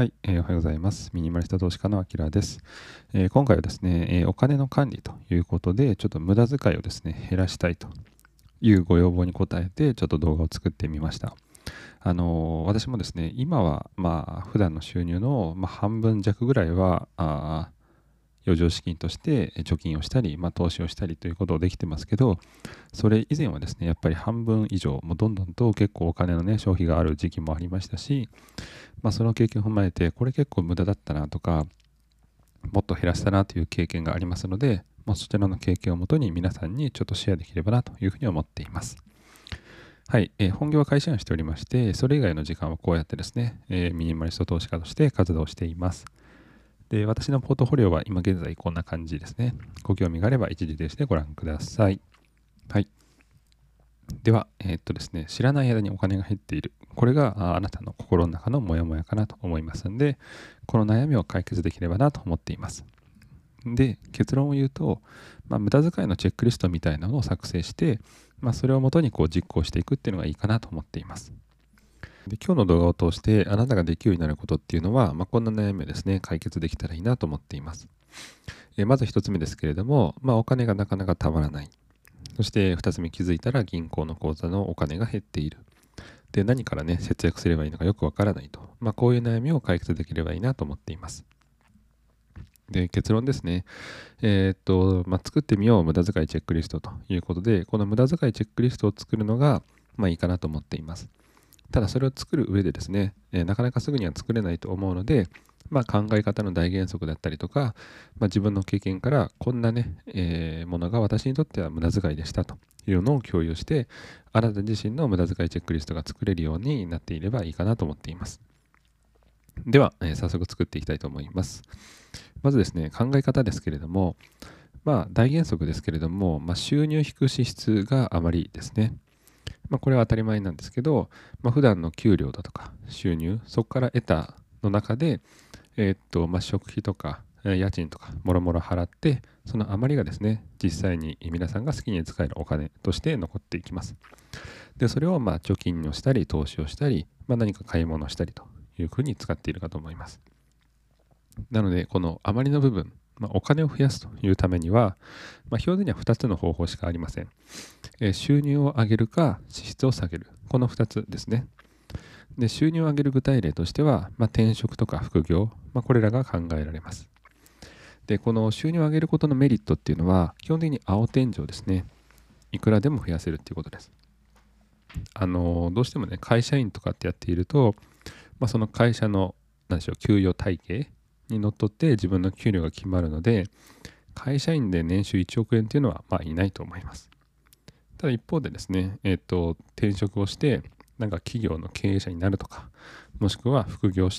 はい、おはようございます。ミニマリスト投資家のあきらです。今回はですね、お金の管理ということで、ちょっと無駄遣いをですね、減らしたいというご要望に応えて、ちょっと動画を作ってみました。私もですね、今は普段の収入の、半分弱ぐらいは余剰資金として貯金をしたり、投資をしたりということをできてますけど、それ以前はですね、やっぱり半分以上、もうどんどんと結構お金のね、消費がある時期もありましたし、その経験を踏まえて、これ結構無駄だったなとか、もっと減らしたなという経験がありますので、そちらの経験をもとに皆さんにちょっとシェアできればなというふうに思っています。はい、本業は会社員をしておりまして、それ以外の時間はこうやってですね、ミニマリスト投資家として活動しています。で、私のポートフォリオは今現在こんな感じですね。ご興味があれば一時停止でご覧ください。はい。では、ですね、知らない間にお金が減っている。これがあなたの心の中のモヤモヤかなと思いますので、この悩みを解決できればなと思っています。で、結論を言うと、無駄遣いのチェックリストみたいなのを作成して、それをもとに実行していくっていうのがいいかなと思っています。で、今日の動画を通してあなたができるようになることっていうのは、こんな悩みをですね、解決できたらいいなと思っています。まず一つ目ですけれども、お金がなかなかたまらない。そして2つ目、気づいたら銀行の口座のお金が減っている。で、何からね、節約すればいいのかよくわからないと。こういう悩みを解決できればいいなと思っています。で、結論ですね。作ってみよう無駄遣いチェックリストということで、この無駄遣いチェックリストを作るのが、いいかなと思っています。ただ、それを作る上でですね、なかなかすぐには作れないと思うので、考え方の大原則だったりとか、自分の経験からこんなね、ものが私にとっては無駄遣いでしたというのを共有して、あなた自身の無駄遣いチェックリストが作れるようになっていればいいかなと思っています。では、早速作っていきたいと思います。まずですね、考え方ですけれども、大原則ですけれども、収入引く支出があまりですね。これは当たり前なんですけど、普段の給料だとか収入、そこから得たの中で、食費とか家賃とかもろもろ払って、その余りがですね、実際に皆さんが好きに使えるお金として残っていきます。で、それを貯金をしたり、投資をしたり、何か買い物をしたりというふうに使っているかと思います。なので、この余りの部分、お金を増やすというためには、基本的には2つの方法しかありません。収入を上げるか支出を下げる。この2つですね。で、収入を上げる具体例としては、転職とか副業、これらが考えられます。で、この収入を上げることのメリットっていうのは、基本的に青天井ですね。いくらでも増やせるっていうことです。どうしてもね、会社員とかってやっていると、その会社の、給与体系にのっとって自分の給料が決まるので、会社員で年収1億円っていうのはいないと思います。ただ一方でですね、転職をして、企業の経営者になるとか、もしくは副業して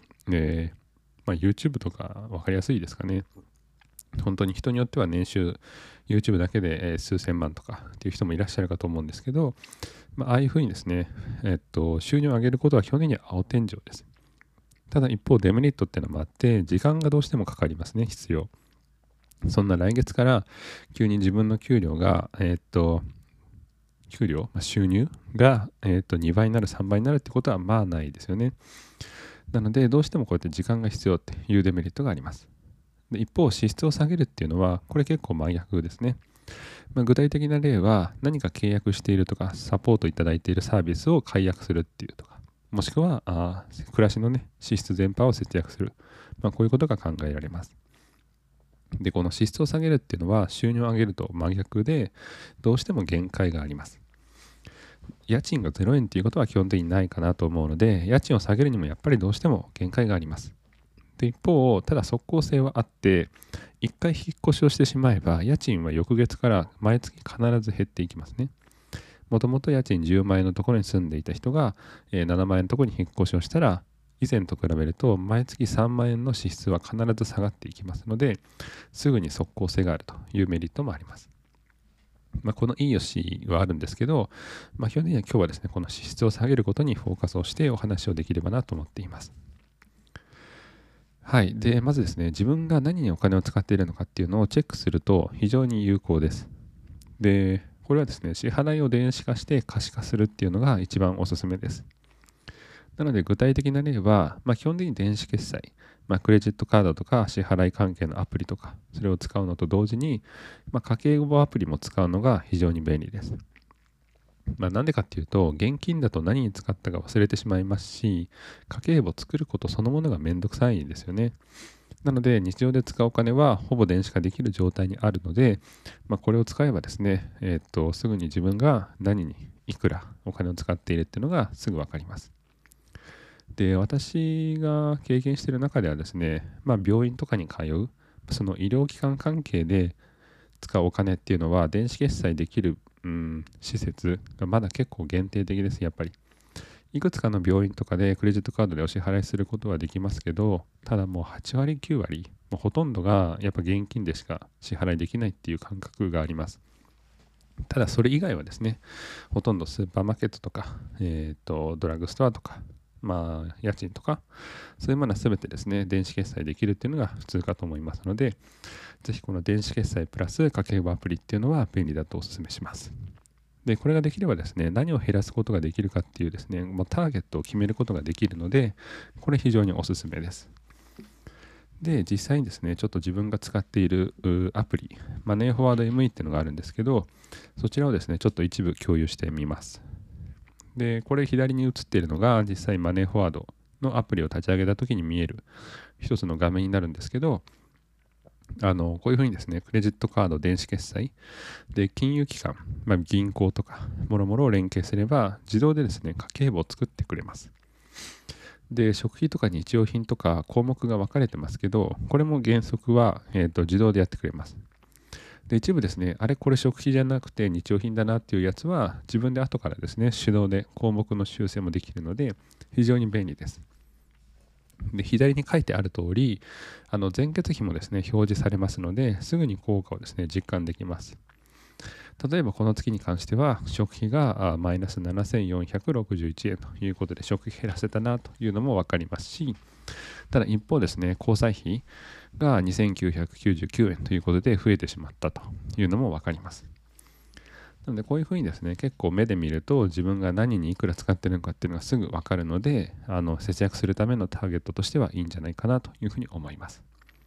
、YouTube とか分かりやすいですかね。本当に人によっては年収 YouTube だけで数千万とかっていう人もいらっしゃるかと思うんですけど、ああいうふうにですね、収入を上げることは基本的には青天井です。ただ一方デメリットっていうのもあって、時間がどうしてもかかりますね、必要。そんな来月から急に自分の給料が、収入が、2倍になる、3倍になるってことはないですよね。なので、どうしてもこうやって時間が必要っていうデメリットがあります。で、一方、支出を下げるっていうのは、これ結構真逆ですね。具体的な例は、何か契約しているとか、サポートいただいているサービスを解約するっていうとか、もしくは、暮らしのね、支出全般を節約する。こういうことが考えられます。で、この支出を下げるっていうのは、収入を上げると真逆で、どうしても限界があります。家賃が0円っていうことは基本的にないかなと思うので、家賃を下げるにもやっぱりどうしても限界があります。で、一方、ただ即効性はあって、一回引っ越しをしてしまえば、家賃は翌月から毎月必ず減っていきますね。もともと家賃10万円のところに住んでいた人が、7万円のところに引っ越しをしたら、以前と比べると毎月3万円の支出は必ず下がっていきますので、すぐに即効性があるというメリットもあります。このいいよしはあるんですけど、基本的には今日はですね、この支出を下げることにフォーカスをしてお話をできればなと思っています。はい。で、まずですね、自分が何にお金を使っているのかっていうのをチェックすると非常に有効です。で、これはですね、支払いを電子化して可視化するっていうのが一番おすすめです。 なので具体的な例は、基本的に電子決済、クレジットカードとか支払い関係のアプリとか、それを使うのと同時に、家計簿アプリも使うのが非常に便利です。なんでかっていうと、現金だと何に使ったか忘れてしまいますし、家計簿を作ることそのものがめんどくさいんですよね。なので、日常で使うお金はほぼ電子化できる状態にあるので、これを使えばですね、すぐに自分が何にいくらお金を使っているっていうのがすぐわかります。で、私が経験している中ではですね、病院とかに通う、その医療機関関係で使うお金っていうのは、電子決済できる、施設がまだ結構限定的です、やっぱり。いくつかの病院とかでクレジットカードでお支払いすることはできますけど、ただもう8割、9割、もうほとんどがやっぱ現金でしか支払いできないっていう感覚があります。ただそれ以外はですね、ほとんどスーパーマーケットとか、ドラッグストアとか、家賃とか、そういうものは全てですね、電子決済できるっていうのが普通かと思いますので、ぜひこの電子決済プラス家計簿アプリっていうのは便利だとお勧めします。で、これができればですね、何を減らすことができるかっていうですね、ターゲットを決めることができるので、これ非常におすすめです。で、実際にですね、ちょっと自分が使っているアプリ、マネーフォワード ME っていうのがあるんですけど、そちらをですね、ちょっと一部共有してみます。で、これ左に映っているのが、実際マネーフォワードのアプリを立ち上げた時に見える一つの画面になるんですけど、こういうふうにですね、クレジットカード、電子決済、で、金融機関、銀行とか、もろもろを連携すれば、自動でですね、家計簿を作ってくれます。で、食費とか日用品とか項目が分かれてますけど、これも原則は、自動でやってくれます。で、一部ですね、あれこれ食費じゃなくて日用品だなっていうやつは、自分で後からですね、手動で項目の修正もできるので、非常に便利です。で、左に書いてある通り、前月比もですね、表示されますので、すぐに効果をですね、実感できます。例えばこの月に関しては、食費がマイナス7461円ということで、食費減らせたなというのも分かりますし、ただ一方ですね、交際費が2999円ということで増えてしまったというのも分かります。なのでこういうふうにですね、結構目で見ると自分が何にいくら使ってるのかっていうのがすぐ分かるので、節約するためのターゲットとしてはいいんじゃないかなというふうに思います。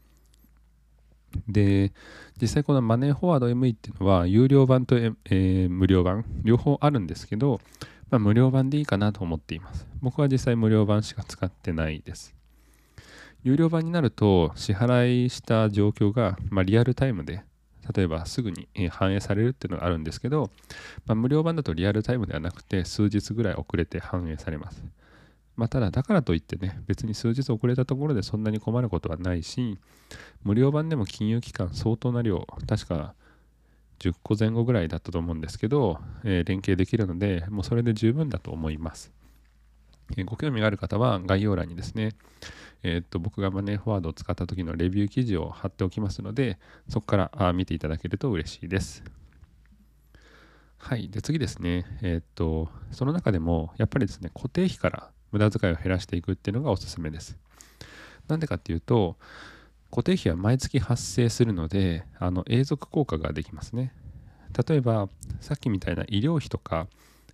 で、実際このマネーフォワード ME っていうのは有料版と、無料版両方あるんですけど、無料版でいいかなと思っています。僕は実際無料版しか使ってないです。有料版になると支払いした状況が、リアルタイムで例えばすぐに反映されるっていうのがあるんですけど、無料版だとリアルタイムではなくて数日ぐらい遅れて反映されます。ただからといってね、別に数日遅れたところでそんなに困ることはないし、無料版でも金融機関相当な量、確か10個前後ぐらいだったと思うんですけど、連携できるので、もうそれで十分だと思います。ご興味がある方は概要欄にですね、僕がマネーフォワードを使った時のレビュー記事を貼っておきますので、そこから見ていただけると嬉しいです。はい。で、次ですね。その中でも、やっぱりですね、固定費から無駄遣いを減らしていくっていうのがおすすめです。なんでかっていうと、固定費は毎月発生するので、永続効果ができますね。例えば、さっきみたいな医療費とか、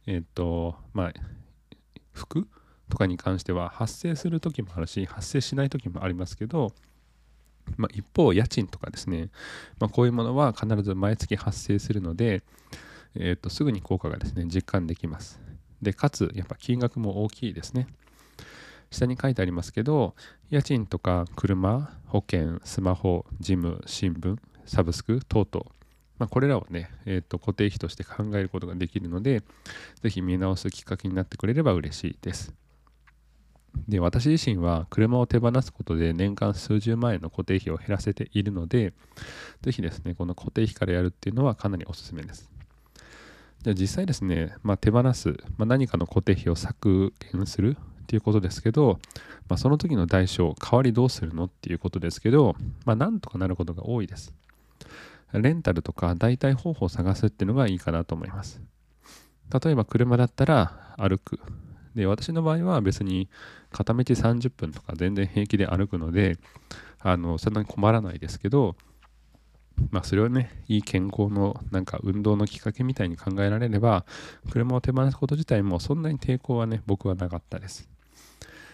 服とかに関しては発生する時もあるし、発生しない時もありますけど、一方、家賃とかですね、こういうものは必ず毎月発生するので、すぐに効果がですね、実感できます。で、かつ、やっぱ金額も大きいですね。下に書いてありますけど、家賃とか車、保険、スマホ、ジム、新聞、サブスク等々、これらをね、固定費として考えることができるので、ぜひ見直すきっかけになってくれれば嬉しいです。で、私自身は車を手放すことで年間数十万円の固定費を減らせているので、ぜひですね、この固定費からやるっていうのはかなりおすすめです。じゃあ実際ですね、手放す、何かの固定費を削減するっていうことですけど、その時の代償、代わりどうするのっていうことですけど、なんとかなることが多いです。レンタルとか代替方法を探すっていうのがいいかなと思います。例えば車だったら歩く。で、私の場合は別に片道30分とか全然平気で歩くので、そんなに困らないですけど、それをね、いい健康の運動のきっかけみたいに考えられれば、車を手放すこと自体もそんなに抵抗はね、僕はなかったです。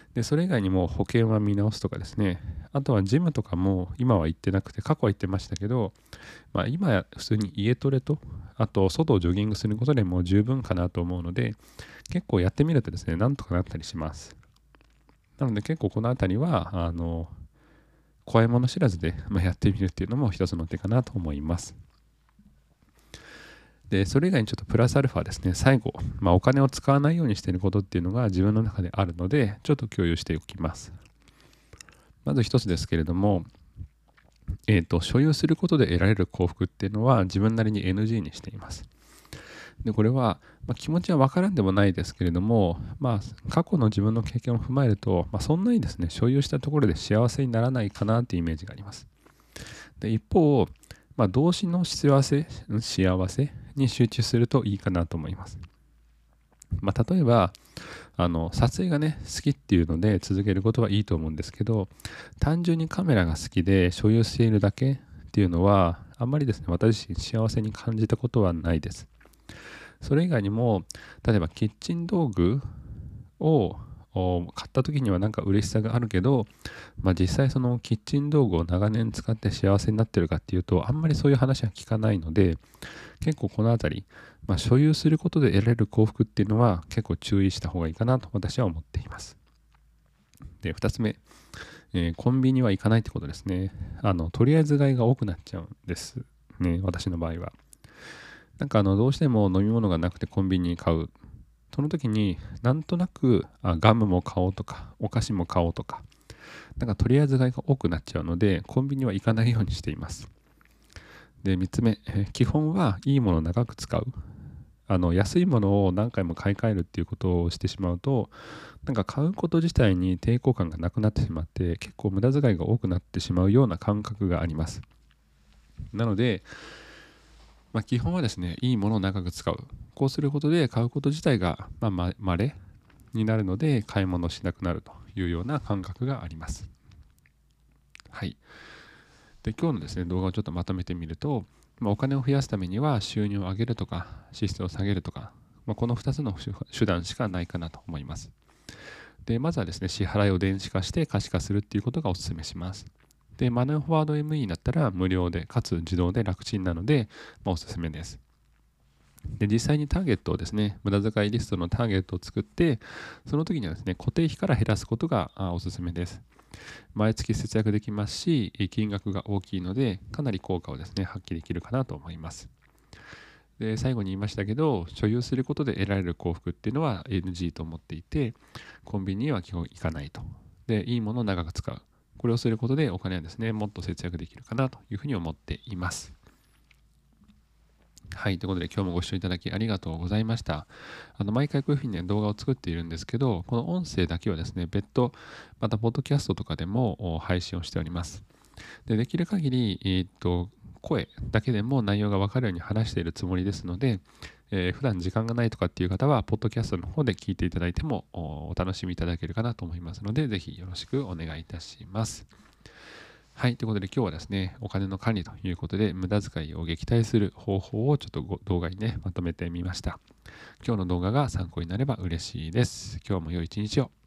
で、それ以外にも保険は見直すとかですね、あとはジムとかも今は行ってなくて、過去は行ってましたけど、今や普通に家トレと、あと外をジョギングすることでもう十分かなと思うので、結構やってみるとですね、なんとかなったりします。なので結構このあたりは、怖いもの知らずで、やってみるっていうのも一つの手かなと思います。で、それ以外にちょっとプラスアルファですね、最後、お金を使わないようにしていることっていうのが自分の中であるので、ちょっと共有しておきます。まず一つですけれども、所有することで得られる幸福っていうのは自分なりに NG にしています。で、これは、気持ちはわからんでもないですけれども、過去の自分の経験を踏まえると、そんなにですね、所有したところで幸せにならないかなというイメージがあります。で、一方、動詞の幸せに集中するといいかなと思います。例えば、撮影がね、好きっていうので続けることはいいと思うんですけど、単純にカメラが好きで所有しているだけっていうのは、あんまりですね、私自身幸せに感じたことはないです。それ以外にも、例えばキッチン道具を買った時にはなんか嬉しさがあるけど、実際そのキッチン道具を長年使って幸せになってるかっていうと、あんまりそういう話は聞かないので、結構このあたり、所有することで得られる幸福っていうのは結構注意した方がいいかなと私は思っています。で、2つ目、コンビニは行かないってことですね。とりあえず買いが多くなっちゃうんですね、私の場合は。なんかどうしても飲み物がなくてコンビニに買う。その時になんとなくガムも買おうとか、お菓子も買おうとか、なんかとりあえず買いが多くなっちゃうので、コンビニは行かないようにしています。で、3つ目、基本はいいものを長く使う。安いものを何回も買い替えるっていうことをしてしまうと、なんか買うこと自体に抵抗感がなくなってしまって、結構無駄遣いが多くなってしまうような感覚があります。なので、基本はですね、いいものを長く使う。こうすることで買うこと自体が、稀になるので、買い物しなくなるというような感覚があります。はい。で、今日のですね、動画をちょっとまとめてみると、お金を増やすためには収入を上げるとか、支出を下げるとか、この2つの手段しかないかなと思います。で、まずはですね、支払いを電子化して可視化するっていうことがお勧めします。で、マネーフォワード ME だったら無料で、かつ自動で楽ちんなので、おすすめです。で、実際にターゲットをですね、無駄遣いリストのターゲットを作って、その時にはですね、固定費から減らすことがおすすめです。毎月節約できますし、金額が大きいので、かなり効果をですね、発揮できるかなと思います。で、最後に言いましたけど、所有することで得られる幸福っていうのは NG と思っていて、コンビニには基本行かないと。で、いいものを長く使う。これをすることでお金はですね、もっと節約できるかなというふうに思っています。はい。ということで、今日もご視聴いただきありがとうございました。毎回こういうふうにね、動画を作っているんですけど、この音声だけはですね、別途、また、ポッドキャストとかでも配信をしております。できる限り、声だけでも内容がわかるように話しているつもりですので、普段時間がないとかっていう方は、ポッドキャストの方で聞いていただいてもお楽しみいただけるかなと思いますので、ぜひよろしくお願いいたします。はい。ということで今日はですね、お金の管理ということで、無駄遣いを撃退する方法をちょっと動画にね、まとめてみました。今日の動画が参考になれば嬉しいです。今日も良い一日を。